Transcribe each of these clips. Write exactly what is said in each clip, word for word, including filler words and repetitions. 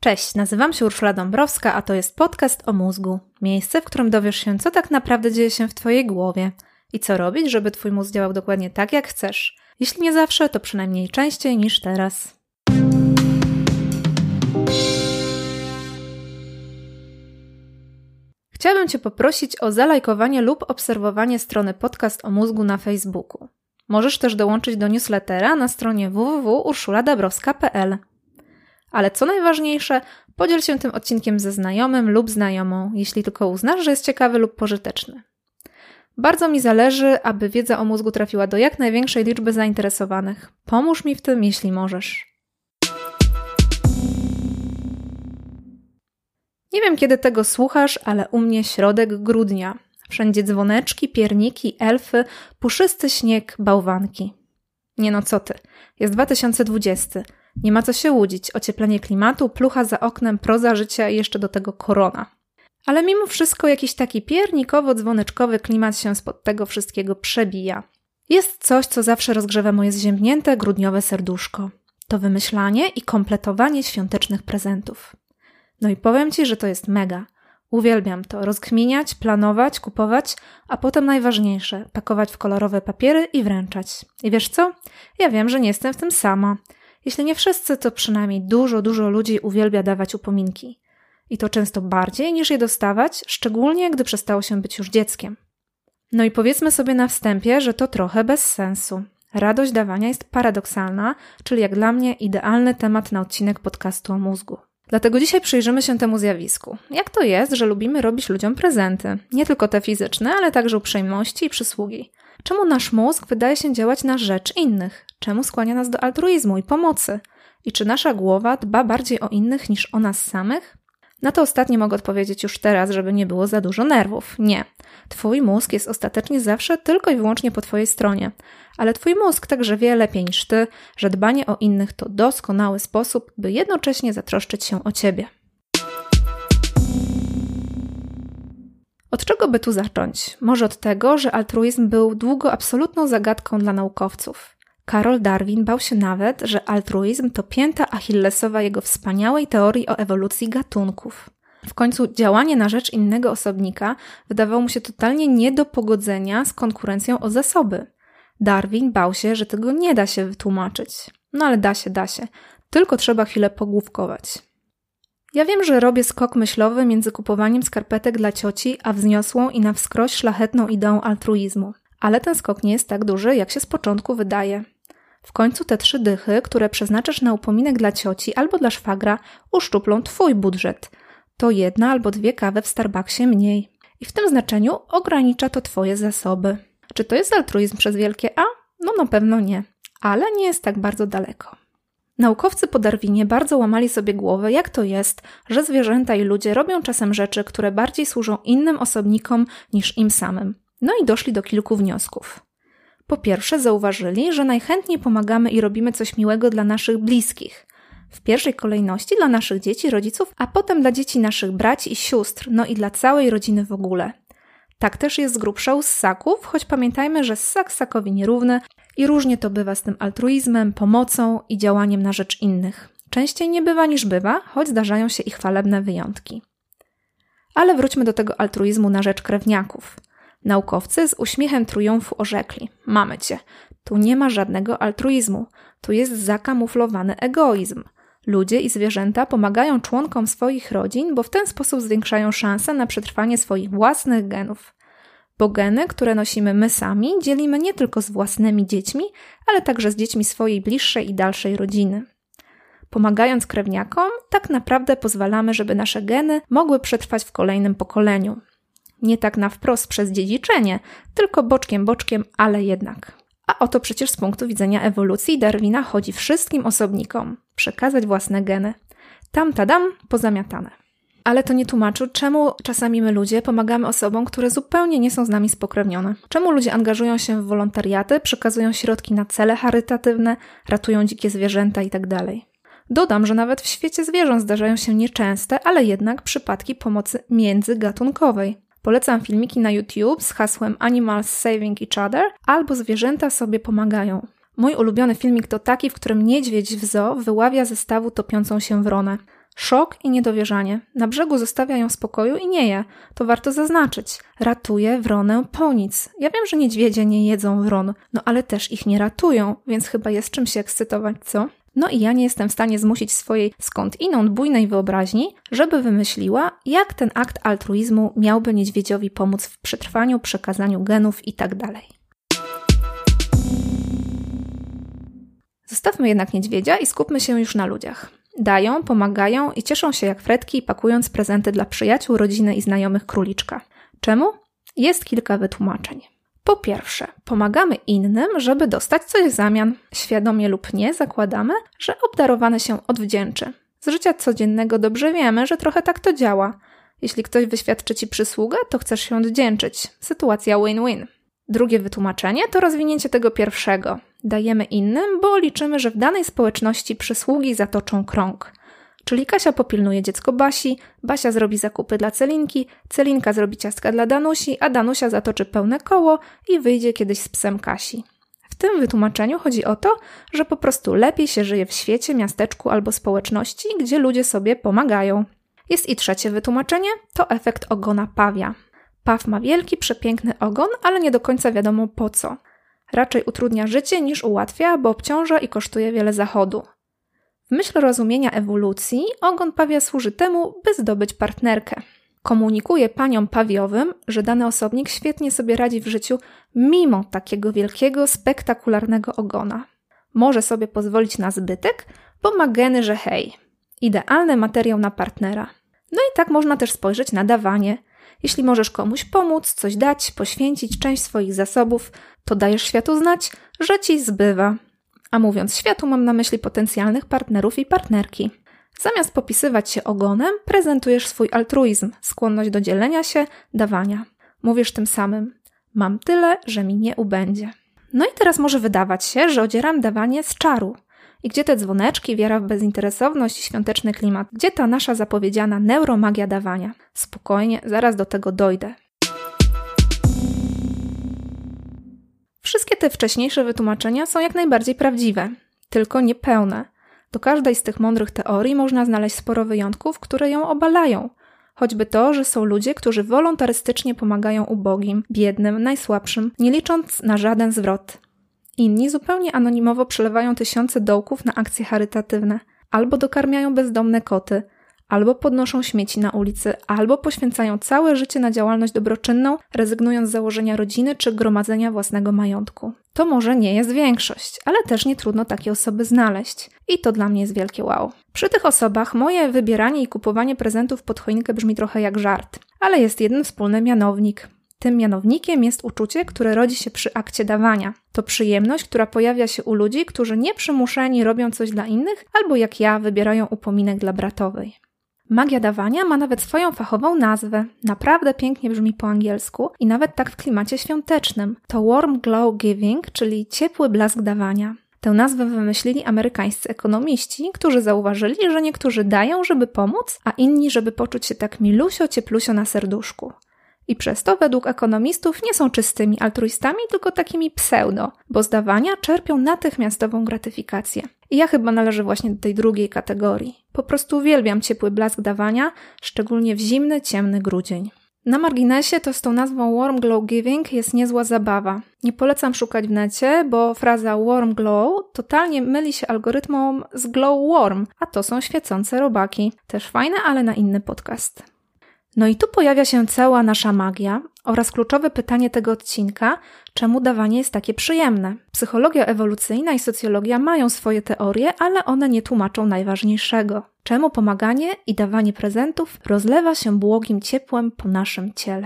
Cześć, nazywam się Urszula Dąbrowska, a to jest podcast o mózgu. Miejsce, w którym dowiesz się, co tak naprawdę dzieje się w Twojej głowie i co robić, żeby Twój mózg działał dokładnie tak, jak chcesz. Jeśli nie zawsze, to przynajmniej częściej niż teraz. Chciałabym Cię poprosić o zalajkowanie lub obserwowanie strony Podcast o mózgu na Facebooku. Możesz też dołączyć do newslettera na stronie w w w kropka urszula dabrowska kropka p l. Ale co najważniejsze, podziel się tym odcinkiem ze znajomym lub znajomą, jeśli tylko uznasz, że jest ciekawy lub pożyteczny. Bardzo mi zależy, aby wiedza o mózgu trafiła do jak największej liczby zainteresowanych. Pomóż mi w tym, jeśli możesz. Nie wiem, kiedy tego słuchasz, ale u mnie środek grudnia. Wszędzie dzwoneczki, pierniki, elfy, puszysty śnieg, bałwanki. Nie no co ty, jest dwa tysiące dwudziesty. Nie ma co się łudzić, ocieplenie klimatu, plucha za oknem, proza życia i jeszcze do tego korona. Ale mimo wszystko jakiś taki piernikowo-dzwoneczkowy klimat się spod tego wszystkiego przebija. Jest coś, co zawsze rozgrzewa moje zziębnięte, grudniowe serduszko. To wymyślanie i kompletowanie świątecznych prezentów. No i powiem Ci, że to jest mega. Uwielbiam to, rozkminiać, planować, kupować, a potem najważniejsze, pakować w kolorowe papiery i wręczać. I wiesz co? Ja wiem, że nie jestem w tym sama. Jeśli nie wszyscy, to przynajmniej dużo, dużo ludzi uwielbia dawać upominki. I to często bardziej niż je dostawać, szczególnie gdy przestało się być już dzieckiem. No i powiedzmy sobie na wstępie, że to trochę bez sensu. Radość dawania jest paradoksalna, czyli jak dla mnie idealny temat na odcinek podcastu o mózgu. Dlatego dzisiaj przyjrzymy się temu zjawisku. Jak to jest, że lubimy robić ludziom prezenty? Nie tylko te fizyczne, ale także uprzejmości i przysługi. Czemu nasz mózg wydaje się działać na rzecz innych? Czemu skłania nas do altruizmu i pomocy? I czy nasza głowa dba bardziej o innych niż o nas samych? Na to ostatnie mogę odpowiedzieć już teraz, żeby nie było za dużo nerwów. Nie. Twój mózg jest ostatecznie zawsze tylko i wyłącznie po Twojej stronie. Ale Twój mózg także wie lepiej niż Ty, że dbanie o innych to doskonały sposób, by jednocześnie zatroszczyć się o Ciebie. Od czego by tu zacząć? Może od tego, że altruizm był długo absolutną zagadką dla naukowców. Karol Darwin bał się nawet, że altruizm to pięta achillesowa jego wspaniałej teorii o ewolucji gatunków. W końcu działanie na rzecz innego osobnika wydawało mu się totalnie nie do pogodzenia z konkurencją o zasoby. Darwin bał się, że tego nie da się wytłumaczyć. No ale da się, da się. Tylko trzeba chwilę pogłówkować. Ja wiem, że robię skok myślowy między kupowaniem skarpetek dla cioci, a wzniosłą i na wskroś szlachetną ideą altruizmu. Ale ten skok nie jest tak duży, jak się z początku wydaje. W końcu te trzy dychy, które przeznaczysz na upominek dla cioci albo dla szwagra, uszczuplą Twój budżet. To jedna albo dwie kawy w Starbucksie mniej. I w tym znaczeniu ogranicza to Twoje zasoby. Czy to jest altruizm przez wielkie A? No na pewno nie. Ale nie jest tak bardzo daleko. Naukowcy po Darwinie bardzo łamali sobie głowę, jak to jest, że zwierzęta i ludzie robią czasem rzeczy, które bardziej służą innym osobnikom niż im samym. No i doszli do kilku wniosków. Po pierwsze zauważyli, że najchętniej pomagamy i robimy coś miłego dla naszych bliskich. W pierwszej kolejności dla naszych dzieci, rodziców, a potem dla dzieci naszych braci i sióstr, no i dla całej rodziny w ogóle. Tak też jest z grubsza u ssaków, choć pamiętajmy, że ssak ssakowi nierówny i różnie to bywa z tym altruizmem, pomocą i działaniem na rzecz innych. Częściej nie bywa niż bywa, choć zdarzają się i chwalebne wyjątki. Ale wróćmy do tego altruizmu na rzecz krewniaków. Naukowcy z uśmiechem triumfu orzekli: mamy cię, tu nie ma żadnego altruizmu, tu jest zakamuflowany egoizm. Ludzie i zwierzęta pomagają członkom swoich rodzin, bo w ten sposób zwiększają szanse na przetrwanie swoich własnych genów. Bo geny, które nosimy my sami, dzielimy nie tylko z własnymi dziećmi, ale także z dziećmi swojej bliższej i dalszej rodziny. Pomagając krewniakom, tak naprawdę pozwalamy, żeby nasze geny mogły przetrwać w kolejnym pokoleniu. Nie tak na wprost przez dziedziczenie, tylko boczkiem, boczkiem, ale jednak. A o to przecież z punktu widzenia ewolucji Darwina chodzi wszystkim osobnikom. Przekazać własne geny. Tam, tadam, pozamiatane. Ale to nie tłumaczy, czemu czasami my ludzie pomagamy osobom, które zupełnie nie są z nami spokrewnione. Czemu ludzie angażują się w wolontariaty, przekazują środki na cele charytatywne, ratują dzikie zwierzęta itd. Dodam, że nawet w świecie zwierząt zdarzają się nieczęste, ale jednak przypadki pomocy międzygatunkowej. Polecam filmiki na YouTube z hasłem Animals Saving Each Other albo Zwierzęta sobie pomagają. Mój ulubiony filmik to taki, w którym niedźwiedź w zoo wyławia ze stawu topiącą się wronę. Szok i niedowierzanie. Na brzegu zostawia ją w spokoju i nie je. To warto zaznaczyć. Ratuje wronę po nic. Ja wiem, że niedźwiedzie nie jedzą wron, no ale też ich nie ratują, więc chyba jest czym się ekscytować, co? No i ja nie jestem w stanie zmusić swojej skądinąd bujnej wyobraźni, żeby wymyśliła, jak ten akt altruizmu miałby niedźwiedziowi pomóc w przetrwaniu, przekazaniu genów itd. Zostawmy jednak niedźwiedzia i skupmy się już na ludziach. Dają, pomagają i cieszą się jak fretki, pakując prezenty dla przyjaciół, rodziny i znajomych króliczka. Czemu? Jest kilka wytłumaczeń. Po pierwsze, pomagamy innym, żeby dostać coś w zamian. Świadomie lub nie zakładamy, że obdarowany się odwdzięczy. Z życia codziennego dobrze wiemy, że trochę tak to działa. Jeśli ktoś wyświadczy ci przysługę, to chcesz się odwdzięczyć. Sytuacja win-win. Drugie wytłumaczenie to rozwinięcie tego pierwszego. Dajemy innym, bo liczymy, że w danej społeczności przysługi zatoczą krąg. Czyli Kasia popilnuje dziecko Basi, Basia zrobi zakupy dla Celinki, Celinka zrobi ciastka dla Danusi, a Danusia zatoczy pełne koło i wyjdzie kiedyś z psem Kasi. W tym wytłumaczeniu chodzi o to, że po prostu lepiej się żyje w świecie, miasteczku albo społeczności, gdzie ludzie sobie pomagają. Jest i trzecie wytłumaczenie, to efekt ogona pawia. Paw ma wielki, przepiękny ogon, ale nie do końca wiadomo po co. Raczej utrudnia życie niż ułatwia, bo obciąża i kosztuje wiele zachodu. W myśl rozumienia ewolucji ogon pawia służy temu, by zdobyć partnerkę. Komunikuje paniom pawiowym, że dany osobnik świetnie sobie radzi w życiu mimo takiego wielkiego, spektakularnego ogona. Może sobie pozwolić na zbytek, bo ma geny, że hej, idealny materiał na partnera. No i tak można też spojrzeć na dawanie. Jeśli możesz komuś pomóc, coś dać, poświęcić część swoich zasobów, to dajesz światu znać, że ci zbywa. A mówiąc światu, mam na myśli potencjalnych partnerów i partnerki. Zamiast popisywać się ogonem, prezentujesz swój altruizm, skłonność do dzielenia się, dawania. Mówisz tym samym, mam tyle, że mi nie ubędzie. No i teraz może wydawać się, że odzieram dawanie z czaru. I gdzie te dzwoneczki, wiara w bezinteresowność i świąteczny klimat? Gdzie ta nasza zapowiedziana neuromagia dawania? Spokojnie, zaraz do tego dojdę. Wszystkie te wcześniejsze wytłumaczenia są jak najbardziej prawdziwe, tylko niepełne. Do każdej z tych mądrych teorii można znaleźć sporo wyjątków, które ją obalają. Choćby to, że są ludzie, którzy wolontarystycznie pomagają ubogim, biednym, najsłabszym, nie licząc na żaden zwrot. Inni zupełnie anonimowo przelewają tysiące dołków na akcje charytatywne, albo dokarmiają bezdomne koty, albo podnoszą śmieci na ulicy, albo poświęcają całe życie na działalność dobroczynną, rezygnując z założenia rodziny czy gromadzenia własnego majątku. To może nie jest większość, ale też nie trudno takie osoby znaleźć. I to dla mnie jest wielkie wow. Przy tych osobach moje wybieranie i kupowanie prezentów pod choinkę brzmi trochę jak żart, ale jest jeden wspólny mianownik. Tym mianownikiem jest uczucie, które rodzi się przy akcie dawania. To przyjemność, która pojawia się u ludzi, którzy nieprzymuszeni robią coś dla innych, albo jak ja wybierają upominek dla bratowej. Magia dawania ma nawet swoją fachową nazwę. Naprawdę pięknie brzmi po angielsku i nawet tak w klimacie świątecznym. To warm glow giving, czyli ciepły blask dawania. Tę nazwę wymyślili amerykańscy ekonomiści, którzy zauważyli, że niektórzy dają, żeby pomóc, a inni, żeby poczuć się tak milusio, cieplusio na serduszku. I przez to według ekonomistów nie są czystymi altruistami, tylko takimi pseudo, bo z dawania czerpią natychmiastową gratyfikację. I ja chyba należę właśnie do tej drugiej kategorii. Po prostu uwielbiam ciepły blask dawania, szczególnie w zimny, ciemny grudzień. Na marginesie to z tą nazwą warm glow giving jest niezła zabawa. Nie polecam szukać w necie, bo fraza warm glow totalnie myli się algorytmom z glow warm, a to są świecące robaki. Też fajne, ale na inny podcast. No i tu pojawia się cała nasza magia oraz kluczowe pytanie tego odcinka, czemu dawanie jest takie przyjemne. Psychologia ewolucyjna i socjologia mają swoje teorie, ale one nie tłumaczą najważniejszego. Czemu pomaganie i dawanie prezentów rozlewa się błogim ciepłem po naszym ciele.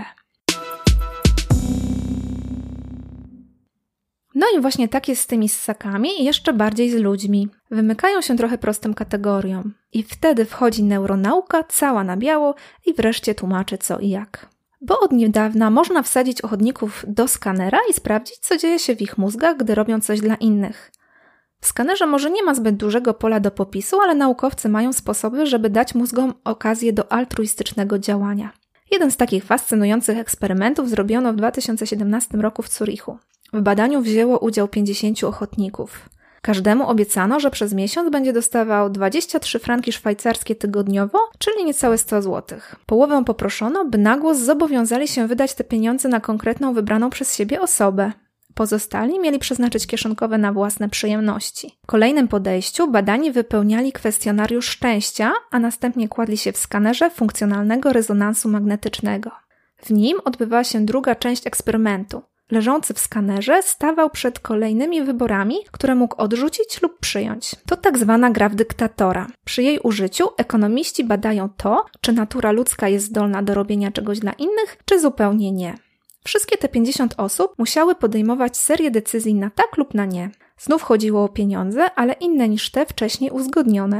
No i właśnie tak jest z tymi ssakami i jeszcze bardziej z ludźmi. Wymykają się trochę prostym kategoriom. I wtedy wchodzi neuronauka, cała na biało i wreszcie tłumaczy co i jak. Bo od niedawna można wsadzić ochotników do skanera i sprawdzić, co dzieje się w ich mózgach, gdy robią coś dla innych. W skanerze może nie ma zbyt dużego pola do popisu, ale naukowcy mają sposoby, żeby dać mózgom okazję do altruistycznego działania. Jeden z takich fascynujących eksperymentów zrobiono w dwa tysiące siedemnastym roku w Zurichu. W badaniu wzięło udział pięćdziesięciu ochotników. Każdemu obiecano, że przez miesiąc będzie dostawał dwadzieścia trzy franki szwajcarskie tygodniowo, czyli niecałe sto złotych. Połowę poproszono, by na głos zobowiązali się wydać te pieniądze na konkretną wybraną przez siebie osobę. Pozostali mieli przeznaczyć kieszonkowe na własne przyjemności. W kolejnym podejściu badani wypełniali kwestionariusz szczęścia, a następnie kładli się w skanerze funkcjonalnego rezonansu magnetycznego. W nim odbywała się druga część eksperymentu. Leżący w skanerze stawał przed kolejnymi wyborami, które mógł odrzucić lub przyjąć. To tak zwana gra w dyktatora. Przy jej użyciu ekonomiści badają to, czy natura ludzka jest zdolna do robienia czegoś dla innych, czy zupełnie nie. Wszystkie te pięćdziesiąt osób musiały podejmować serię decyzji na tak lub na nie. Znów chodziło o pieniądze, ale inne niż te wcześniej uzgodnione.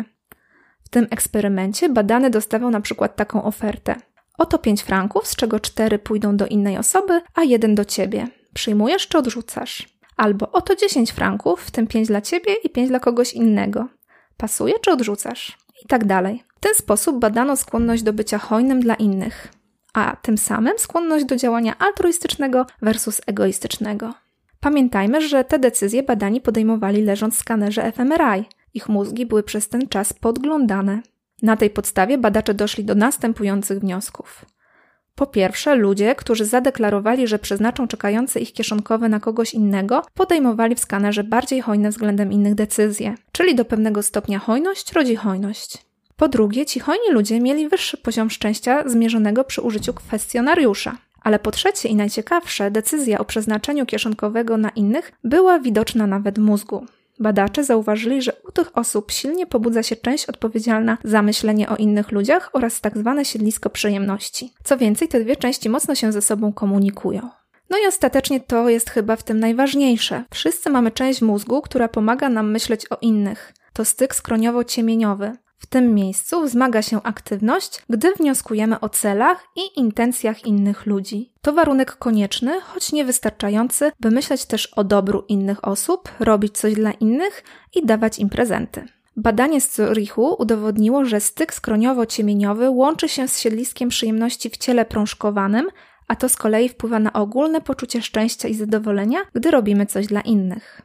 W tym eksperymencie badany dostawał na przykład taką ofertę. Oto pięć franków, z czego cztery pójdą do innej osoby, a jeden do ciebie. Przyjmujesz czy odrzucasz? Albo oto dziesięć franków, w tym pięć dla ciebie i pięć dla kogoś innego. Pasuje czy odrzucasz? I tak dalej. W ten sposób badano skłonność do bycia hojnym dla innych, a tym samym skłonność do działania altruistycznego versus egoistycznego. Pamiętajmy, że te decyzje badani podejmowali leżąc w skanerze F M R I. Ich mózgi były przez ten czas podglądane. Na tej podstawie badacze doszli do następujących wniosków. Po pierwsze, ludzie, którzy zadeklarowali, że przeznaczą czekające ich kieszonkowe na kogoś innego, podejmowali w skanerze bardziej hojne względem innych decyzje, czyli do pewnego stopnia hojność rodzi hojność. Po drugie, ci hojni ludzie mieli wyższy poziom szczęścia zmierzonego przy użyciu kwestionariusza. Ale po trzecie i najciekawsze, decyzja o przeznaczeniu kieszonkowego na innych była widoczna nawet w mózgu. Badacze zauważyli, że u tych osób silnie pobudza się część odpowiedzialna za myślenie o innych ludziach oraz tak zwane siedlisko przyjemności. Co więcej, te dwie części mocno się ze sobą komunikują. No i ostatecznie to jest chyba w tym najważniejsze. Wszyscy mamy część mózgu, która pomaga nam myśleć o innych. To styk skroniowo-ciemieniowy. W tym miejscu wzmaga się aktywność, gdy wnioskujemy o celach i intencjach innych ludzi. To warunek konieczny, choć niewystarczający, by myśleć też o dobru innych osób, robić coś dla innych i dawać im prezenty. Badanie z Zurichu udowodniło, że styk skroniowo-ciemieniowy łączy się z siedliskiem przyjemności w ciele prążkowanym, a to z kolei wpływa na ogólne poczucie szczęścia i zadowolenia, gdy robimy coś dla innych.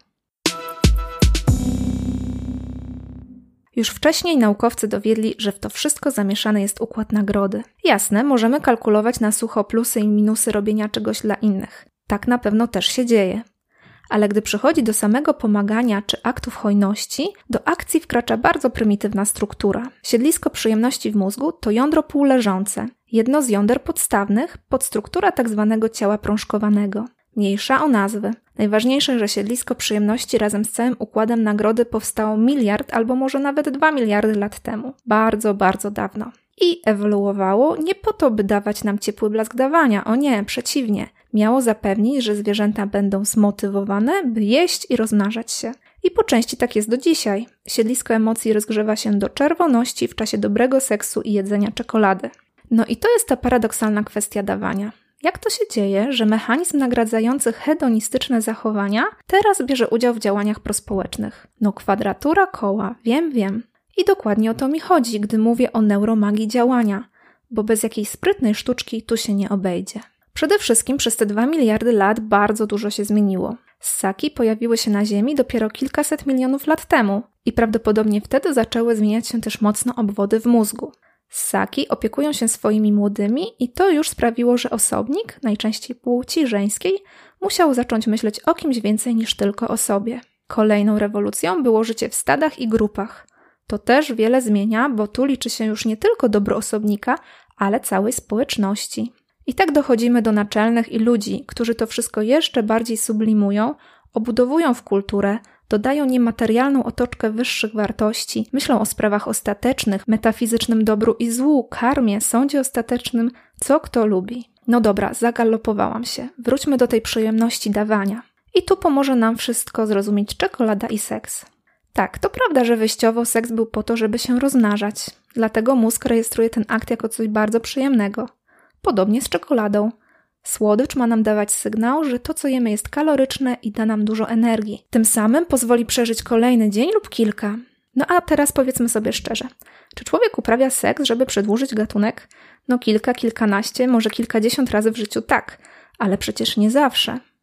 Już wcześniej naukowcy dowiedli, że w to wszystko zamieszany jest układ nagrody. Jasne, możemy kalkulować na sucho plusy i minusy robienia czegoś dla innych. Tak na pewno też się dzieje. Ale gdy przychodzi do samego pomagania czy aktów hojności, do akcji wkracza bardzo prymitywna struktura. Siedlisko przyjemności w mózgu to jądro półleżące, jedno z jąder podstawnych, podstruktura tzw. ciała prążkowanego. Mniejsza o nazwy. Najważniejsze, że siedlisko przyjemności razem z całym układem nagrody powstało miliard albo może nawet dwa miliardy lat temu. Bardzo, bardzo dawno. I ewoluowało nie po to, by dawać nam ciepły blask dawania. O nie, przeciwnie. Miało zapewnić, że zwierzęta będą zmotywowane, by jeść i rozmnażać się. I po części tak jest do dzisiaj. Siedlisko emocji rozgrzewa się do czerwoności w czasie dobrego seksu i jedzenia czekolady. No i to jest ta paradoksalna kwestia dawania. Jak to się dzieje, że mechanizm nagradzający hedonistyczne zachowania teraz bierze udział w działaniach prospołecznych? No kwadratura koła, wiem, wiem. I dokładnie o to mi chodzi, gdy mówię o neuromagii działania, bo bez jakiejś sprytnej sztuczki tu się nie obejdzie. Przede wszystkim przez te dwa miliardy lat bardzo dużo się zmieniło. Ssaki pojawiły się na Ziemi dopiero kilkaset milionów lat temu i prawdopodobnie wtedy zaczęły zmieniać się też mocno obwody w mózgu. Ssaki opiekują się swoimi młodymi i to już sprawiło, że osobnik, najczęściej płci żeńskiej, musiał zacząć myśleć o kimś więcej niż tylko o sobie. Kolejną rewolucją było życie w stadach i grupach. To też wiele zmienia, bo tu liczy się już nie tylko dobro osobnika, ale całej społeczności. I tak dochodzimy do naczelnych i ludzi, którzy to wszystko jeszcze bardziej sublimują, obudowują w kulturę, dodają niematerialną otoczkę wyższych wartości, myślą o sprawach ostatecznych, metafizycznym dobru i złu, karmie, sądzie ostatecznym, co kto lubi. No dobra, zagalopowałam się. Wróćmy do tej przyjemności dawania. I tu pomoże nam wszystko zrozumieć czekolada i seks. Tak, to prawda, że wyjściowo seks był po to, żeby się rozmnażać. Dlatego mózg rejestruje ten akt jako coś bardzo przyjemnego. Podobnie z czekoladą. Słodycz ma nam dawać sygnał, że to, co jemy, jest kaloryczne i da nam dużo energii. Tym samym pozwoli przeżyć kolejny dzień lub kilka. No a teraz powiedzmy sobie szczerze. Czy człowiek uprawia seks, żeby przedłużyć gatunek? No kilka, kilkanaście, może kilkadziesiąt razy w życiu tak, ale przecież nie zawsze.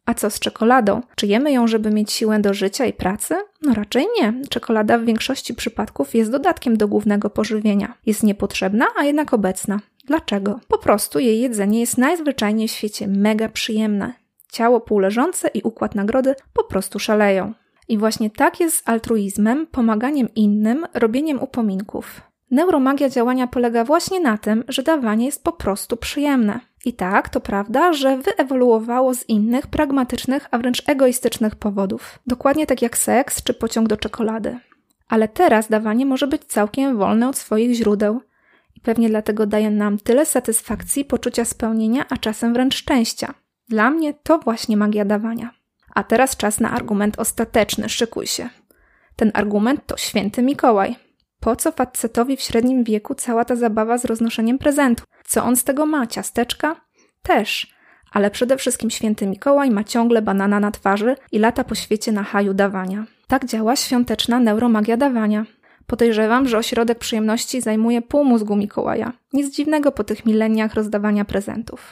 A co z czekoladą? Czy jemy ją, żeby mieć siłę do życia i pracy? No raczej nie. Czekolada w większości przypadków jest dodatkiem do głównego pożywienia. Jest niepotrzebna, a jednak obecna. Dlaczego? Po prostu jej jedzenie jest najzwyczajniej w świecie mega przyjemne. Ciało półleżące i układ nagrody po prostu szaleją. I właśnie tak jest z altruizmem, pomaganiem innym, robieniem upominków. Neuromagia działania polega właśnie na tym, że dawanie jest po prostu przyjemne. I tak, to prawda, że wyewoluowało z innych, pragmatycznych, a wręcz egoistycznych powodów. Dokładnie tak jak seks czy pociąg do czekolady. Ale teraz dawanie może być całkiem wolne od swoich źródeł. I pewnie dlatego daje nam tyle satysfakcji, poczucia spełnienia, a czasem wręcz szczęścia. Dla mnie to właśnie magia dawania. A teraz czas na argument ostateczny, szykuj się. Ten argument to święty Mikołaj. Po co facetowi w średnim wieku cała ta zabawa z roznoszeniem prezentu? Co on z tego ma? Ciasteczka? Też. Ale przede wszystkim święty Mikołaj ma ciągle banana na twarzy i lata po świecie na haju dawania. Tak działa świąteczna neuromagia dawania. Podejrzewam, że ośrodek przyjemności zajmuje pół mózgu Mikołaja. Nic dziwnego po tych mileniach rozdawania prezentów.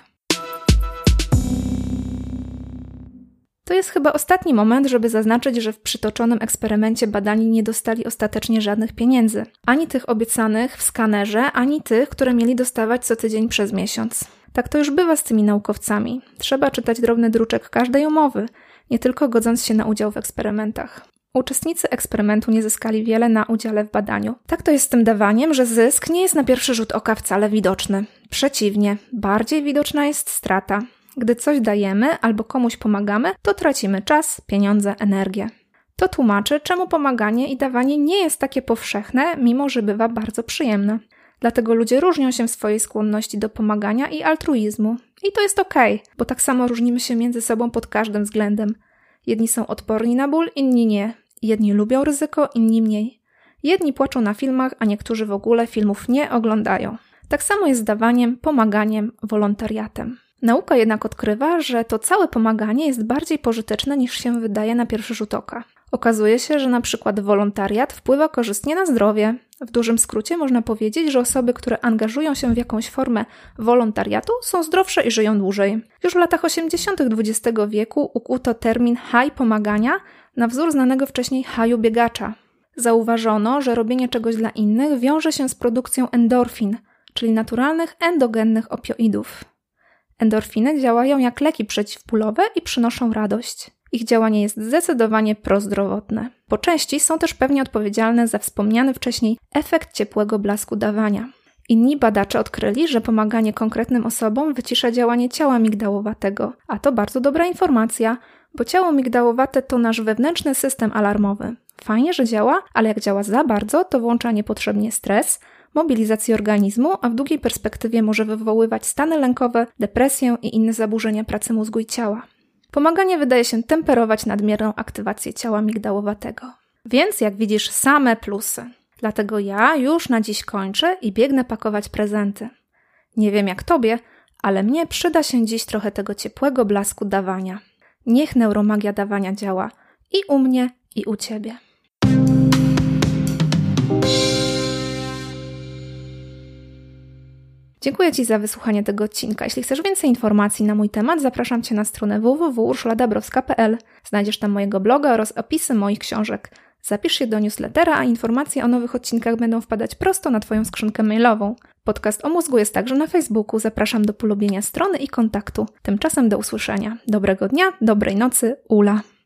To jest chyba ostatni moment, żeby zaznaczyć, że w przytoczonym eksperymencie badani nie dostali ostatecznie żadnych pieniędzy. Ani tych obiecanych w skanerze, ani tych, które mieli dostawać co tydzień przez miesiąc. Tak to już bywa z tymi naukowcami. Trzeba czytać drobny druczek każdej umowy, nie tylko godząc się na udział w eksperymentach. Uczestnicy eksperymentu nie zyskali wiele na udziale w badaniu. Tak to jest z tym dawaniem, że zysk nie jest na pierwszy rzut oka wcale widoczny. Przeciwnie, bardziej widoczna jest strata. Gdy coś dajemy albo komuś pomagamy, to tracimy czas, pieniądze, energię. To tłumaczy, czemu pomaganie i dawanie nie jest takie powszechne, mimo że bywa bardzo przyjemne. Dlatego ludzie różnią się w swojej skłonności do pomagania i altruizmu. I to jest okej, bo tak samo różnimy się między sobą pod każdym względem. Jedni są odporni na ból, inni nie. Jedni lubią ryzyko, inni mniej. Jedni płaczą na filmach, a niektórzy w ogóle filmów nie oglądają. Tak samo jest z dawaniem, pomaganiem, wolontariatem. Nauka jednak odkrywa, że to całe pomaganie jest bardziej pożyteczne niż się wydaje na pierwszy rzut oka. Okazuje się, że na przykład wolontariat wpływa korzystnie na zdrowie. W dużym skrócie można powiedzieć, że osoby, które angażują się w jakąś formę wolontariatu, są zdrowsze i żyją dłużej. Już w latach osiemdziesiątych dwudziestego wieku ukuto termin haj pomagania na wzór znanego wcześniej haju biegacza. Zauważono, że robienie czegoś dla innych wiąże się z produkcją endorfin, czyli naturalnych endogennych opioidów. Endorfiny działają jak leki przeciwbólowe i przynoszą radość. Ich działanie jest zdecydowanie prozdrowotne. Po części są też pewnie odpowiedzialne za wspomniany wcześniej efekt ciepłego blasku dawania. Inni badacze odkryli, że pomaganie konkretnym osobom wycisza działanie ciała migdałowatego, a to bardzo dobra informacja, bo ciało migdałowate to nasz wewnętrzny system alarmowy. Fajnie, że działa, ale jak działa za bardzo, to włącza niepotrzebnie stres, mobilizację organizmu, a w długiej perspektywie może wywoływać stany lękowe, depresję i inne zaburzenia pracy mózgu i ciała. Pomaganie wydaje się temperować nadmierną aktywację ciała migdałowatego. Więc jak widzisz, same plusy. Dlatego ja już na dziś kończę i biegnę pakować prezenty. Nie wiem jak tobie, ale mnie przyda się dziś trochę tego ciepłego blasku dawania. Niech neuromagia dawania działa i u mnie, i u ciebie. Dziękuję Ci za wysłuchanie tego odcinka. Jeśli chcesz więcej informacji na mój temat, zapraszam Cię na stronę w w w kropka urszula dabrowska kropka p l. Znajdziesz tam mojego bloga oraz opisy moich książek. Zapisz się do newslettera, a informacje o nowych odcinkach będą wpadać prosto na Twoją skrzynkę mailową. Podcast o mózgu jest także na Facebooku. Zapraszam do polubienia strony i kontaktu. Tymczasem do usłyszenia. Dobrego dnia, dobrej nocy, Ula.